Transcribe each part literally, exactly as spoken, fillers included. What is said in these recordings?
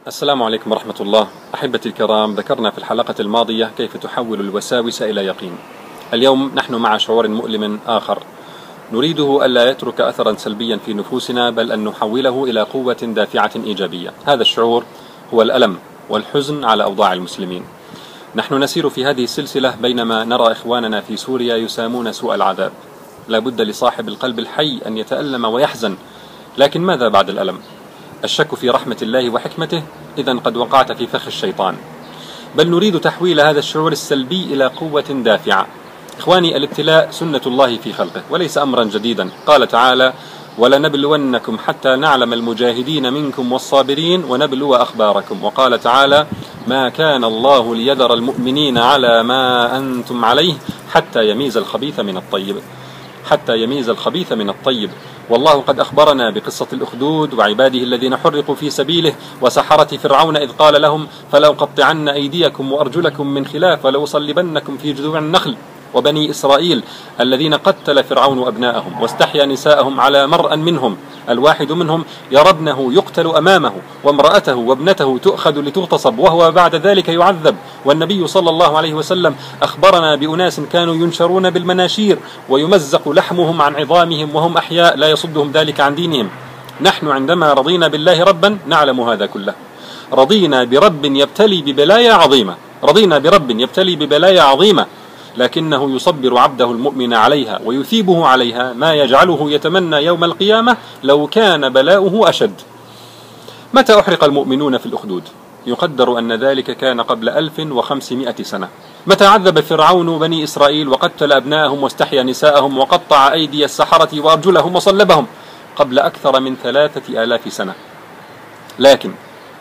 السلام عليكم ورحمة الله. أحبتي الكرام، ذكرنا في الحلقة الماضية كيف تحول الوساوس إلى يقين. اليوم نحن مع شعور مؤلم آخر نريده ألا يترك أثرا سلبيا في نفوسنا، بل أن نحوله إلى قوة دافعة إيجابية. هذا الشعور هو الألم والحزن على أوضاع المسلمين. نحن نسير في هذه السلسلة بينما نرى إخواننا في سوريا يسامون سوء العذاب. لا بد لصاحب القلب الحي أن يتألم ويحزن، لكن ماذا بعد الألم؟ الشك في رحمة الله وحكمته، إذن قد وقعت في فخ الشيطان. بل نريد تحويل هذا الشعور السلبي إلى قوة دافعة. إخواني، الابتلاء سنة الله في خلقه وليس أمرا جديدا. قال تعالى: ولنبلونكم حتى نعلم المجاهدين منكم والصابرين ونبلو أخباركم. وقال تعالى: ما كان الله ليذر المؤمنين على ما أنتم عليه حتى يميز الخبيث من الطيب حتى يميز الخبيث من الطيب. والله قد أخبرنا بقصة الأخدود وعباده الذين حرقوا في سبيله، وسحرة فرعون إذ قال لهم: فلأقطعن أيديكم وأرجلكم من خلاف ولأصلبنكم في جذوع النخل. وبني إسرائيل الذين قتل فرعون أبناءهم واستحيا نساءهم على مرأ منهم، الواحد منهم يرى ابنه يقتل أمامه وامرأته وابنته تؤخذ لتغتصب وهو بعد ذلك يعذب. والنبي صلى الله عليه وسلم أخبرنا بأناس كانوا ينشرون بالمناشير ويمزق لحمهم عن عظامهم وهم أحياء، لا يصدهم ذلك عن دينهم. نحن عندما رضينا بالله ربا نعلم هذا كله. رضينا برب يبتلي ببلايا عظيمة رضينا برب يبتلي ببلايا عظيمة لكنه يصبر عبده المؤمن عليها ويثيبه عليها، ما يجعله يتمنى يوم القيامة لو كان بلاؤه أشد. متى أحرق المؤمنون في الأخدود؟ يقدر أن ذلك كان قبل ألف وخمسمائة سنة. متى عذب فرعون بني إسرائيل وقتل أبناءهم واستحيا نساءهم وقطع أيدي السحرة وأرجلهم وصلبهم؟ قبل أكثر من ثلاثة آلاف سنة. لكن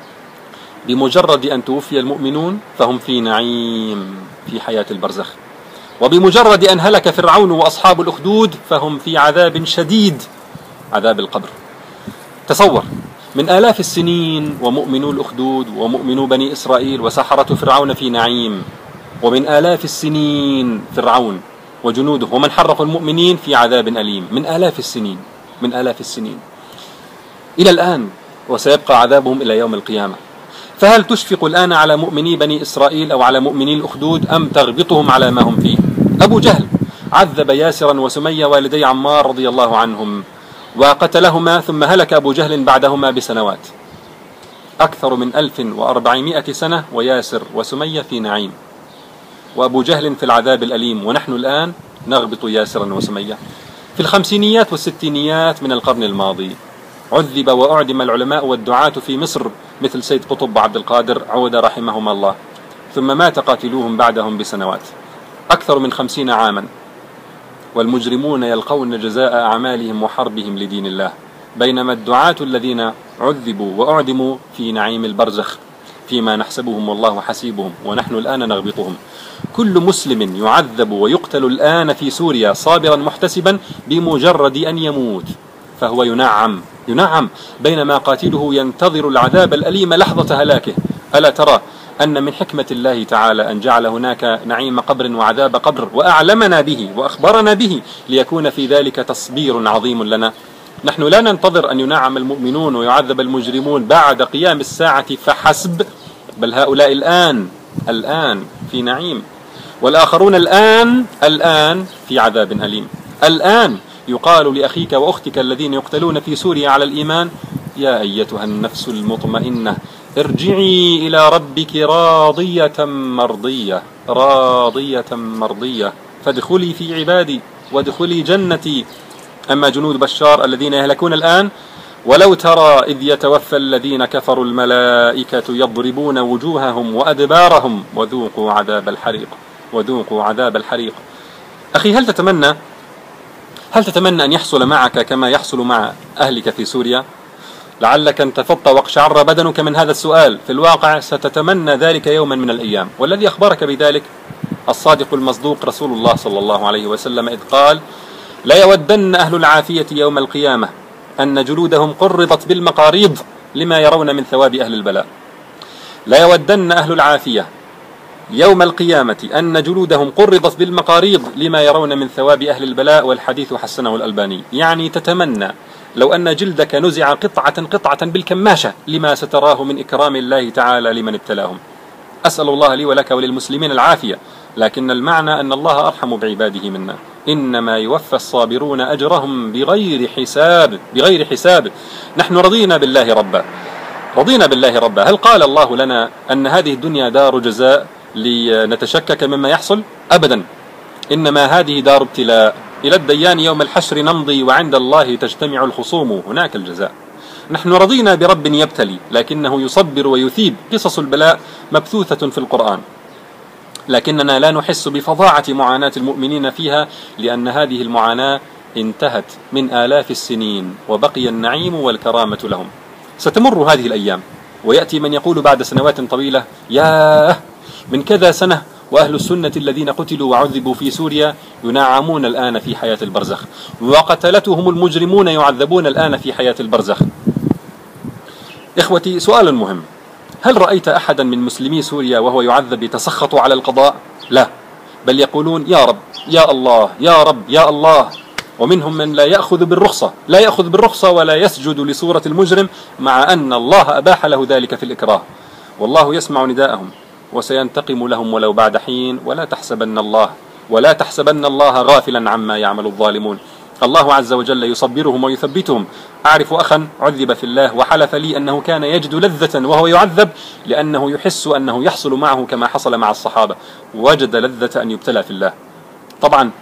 بمجرد أن توفي المؤمنون فهم في نعيم في حياة البرزخ، وبمجرد أن هلك فرعون وأصحاب الأخدود فهم في عذاب شديد، عذاب القبر. تصور، من آلاف السنين ومؤمنو الأخدود ومؤمنو بني إسرائيل وسحرة فرعون في نعيم، ومن آلاف السنين فرعون وجنوده ومن حرقوا المؤمنين في عذاب أليم. من آلاف السنين من آلاف السنين إلى الآن، وسيبقى عذابهم إلى يوم القيامة. فهل تشفق الآن على مؤمني بني إسرائيل أو على مؤمني الأخدود، أم تغبطهم على ما هم فيه؟ أبو جهل عذب ياسرا وسمية والدي عمار رضي الله عنهم وقتلهما، ثم هلك أبو جهل بعدهما بسنوات. أكثر من ألف وأربعمائة سنة وياسر وسمية في نعيم، وأبو جهل في العذاب الأليم، ونحن الآن نغبط ياسرا وسمية. في الخمسينيات والستينيات من القرن الماضي عذب وأعدم العلماء والدعاة في مصر مثل سيد قطب وعبد القادر عودة رحمهما الله، ثم مات قاتلوهم بعدهم بسنوات. أكثر من خمسين عاما والمجرمون يلقون جزاء أعمالهم وحربهم لدين الله، بينما الدعاة الذين عذبوا وأعدموا في نعيم البرزخ فيما نحسبهم والله حسيبهم، ونحن الآن نغبطهم. كل مسلم يعذب ويقتل الآن في سوريا صابرا محتسبا بمجرد أن يموت فهو ينعم ينعم بينما قاتله ينتظر العذاب الأليم لحظة هلاكه. ألا ترى أن من حكمة الله تعالى أن جعل هناك نعيم قبر وعذاب قبر، وأعلمنا به وأخبرنا به ليكون في ذلك تصبير عظيم لنا. نحن لا ننتظر أن ينعم المؤمنون ويعذب المجرمون بعد قيام الساعة فحسب، بل هؤلاء الآن الآن في نعيم، والآخرون الآن الآن في عذاب أليم. الآن يقال لأخيك وأختك الذين يقتلون في سوريا على الإيمان: يا أيتها النفس المطمئنة ارجعي إلى ربك راضية مرضية راضية مرضية فادخلي في عبادي وادخلي جنتي. أما جنود بشار الذين يهلكون الآن، ولو ترى إذ يتوفى الذين كفروا الملائكة يضربون وجوههم وأدبارهم وذوقوا عذاب الحريق وذوقوا عذاب الحريق. أخي، هل تتمنى هل تتمنى أن يحصل معك كما يحصل مع أهلك في سوريا؟ لعلك انتفضت واقشعر بدنك من هذا السؤال. في الواقع ستتمنى ذلك يوما من الأيام، والذي أخبرك بذلك الصادق المصدوق رسول الله صلى الله عليه وسلم، إذ قال: لا يودن أهل العافية يوم القيامة أن جلودهم قرضت بالمقاريض لما يرون من ثواب أهل البلاء. لا يودن أهل العافية يوم القيامة أن جلودهم قرضت بالمقاريض لما يرون من ثواب أهل البلاء. والحديث حسنه الألباني. يعني تتمنى لو أن جلدك نزع قطعة قطعة بالكماشة لما ستراه من إكرام الله تعالى لمن ابتلاهم. أسأل الله لي ولك وللمسلمين العافية، لكن المعنى أن الله أرحم بعباده منا. إنما يوفى الصابرون أجرهم بغير حساب بغير حساب. نحن رضينا بالله ربا رضينا بالله ربا. هل قال الله لنا أن هذه الدنيا دار جزاء لنتشكك مما يحصل؟ أبدا، إنما هذه دار ابتلاء. إلى الديان يوم الحشر نمضي وعند الله تجتمع الخصوم، هناك الجزاء. نحن رضينا برب يبتلي لكنه يصبر ويثيب. قصص البلاء مبثوثة في القرآن، لكننا لا نحس بفظاعة معاناة المؤمنين فيها، لأن هذه المعاناة انتهت من آلاف السنين وبقي النعيم والكرامة لهم. ستمر هذه الأيام ويأتي من يقول بعد سنوات طويلة: ياه، من كذا سنة وأهل السنة الذين قتلوا وعذبوا في سوريا ينعمون الآن في حياة البرزخ، وقتلتهم المجرمون يعذبون الآن في حياة البرزخ. إخوتي، سؤال مهم: هل رأيت أحدا من مسلمي سوريا وهو يعذب يتسخط على القضاء؟ لا، بل يقولون: يا رب، يا الله، يا رب، يا الله. ومنهم من لا يأخذ بالرخصة لا يأخذ بالرخصة ولا يسجد لصورة المجرم، مع أن الله أباح له ذلك في الإكراه. والله يسمع نداءهم وسينتقم لهم ولو بعد حين. ولا تحسبن الله ولا تحسبن الله غافلا عما يعمل الظالمون. الله عز وجل يصبرهم ويثبتهم. أعرف أخا عذب في الله وحلف لي أنه كان يجد لذة وهو يعذب، لأنه يحس أنه يحصل معه كما حصل مع الصحابة، وجد لذة أن يبتلى في الله. طبعا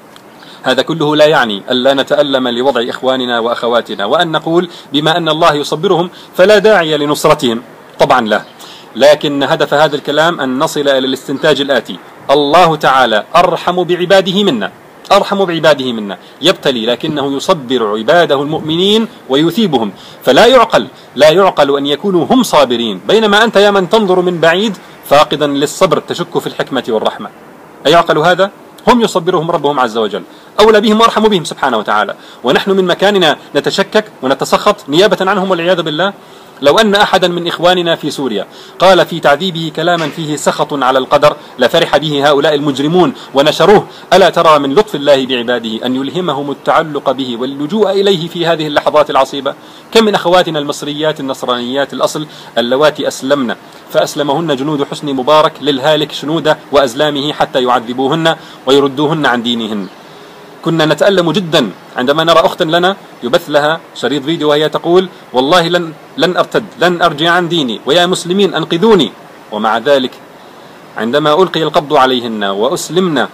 هذا كله لا يعني ألا نتألم لوضع إخواننا وأخواتنا، وأن نقول بما أن الله يصبرهم فلا داعي لنصرتهم. طبعا لا، لكن هدف هذا الكلام أن نصل إلى الاستنتاج الآتي: الله تعالى أرحم بعباده منا أرحم بعباده منا يبتلي لكنه يصبر عباده المؤمنين ويثيبهم. فلا يعقل لا يعقل أن يكونوا هم صابرين، بينما أنت يا من تنظر من بعيد فاقدا للصبر تشك في الحكمة والرحمة. أيعقل هذا؟ هم يصبرهم ربهم عز وجل، أولى بهم وأرحم بهم سبحانه وتعالى، ونحن من مكاننا نتشكك ونتسخط نيابة عنهم والعياذ بالله. لو أن أحدا من إخواننا في سوريا قال في تعذيبه كلاما فيه سخط على القدر لفرح به هؤلاء المجرمون ونشروه. ألا ترى من لطف الله بعباده أن يلهمهم التعلق به واللجوء إليه في هذه اللحظات العصيبة؟ كم من أخواتنا المصريات النصرانيات الأصل اللواتي أسلمن فأسلمهن جنود حسني مبارك للهالك شنوده وأزلامه حتى يعذبوهن ويردوهن عن دينهن. كنا نتألم جدا عندما نرى أختا لنا يبث لها شريط فيديو وهي تقول: والله لن لن أرتد، لن أرجع عن ديني، ويا مسلمين أنقذوني. ومع ذلك عندما ألقي القبض عليهن وأسلمنا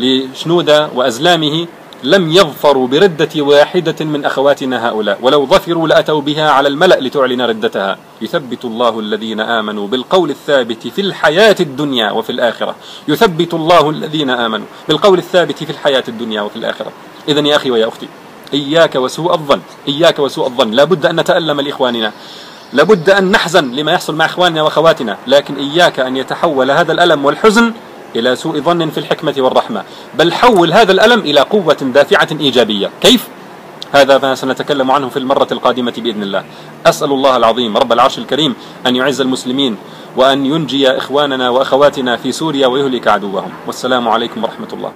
لشنودة وأزلامه لم يظفروا بردة واحدة من أخواتنا هؤلاء، ولو ظفروا لأتوا بها على الملأ لتعلن ردتها. يثبت الله الذين آمنوا بالقول الثابت في الحياة الدنيا وفي الآخرة يثبت الله الذين آمنوا بالقول الثابت في الحياة الدنيا وفي الآخرة. إذن يا أخي ويا أختي، إياك وسوء الظن إياك وسوء الظن. لابد أن نتألم لإخواننا، لابد أن نحزن لما يحصل مع إخواننا وأخواتنا، لكن إياك أن يتحول هذا الألم والحزن إلى سوء ظن في الحكمة والرحمة، بل حول هذا الألم إلى قوة دافعة إيجابية. كيف؟ هذا ما سنتكلم عنه في المرة القادمة بإذن الله. أسأل الله العظيم رب العرش الكريم أن يعز المسلمين وأن ينجي إخواننا وأخواتنا في سوريا ويهلك عدوهم. والسلام عليكم ورحمة الله.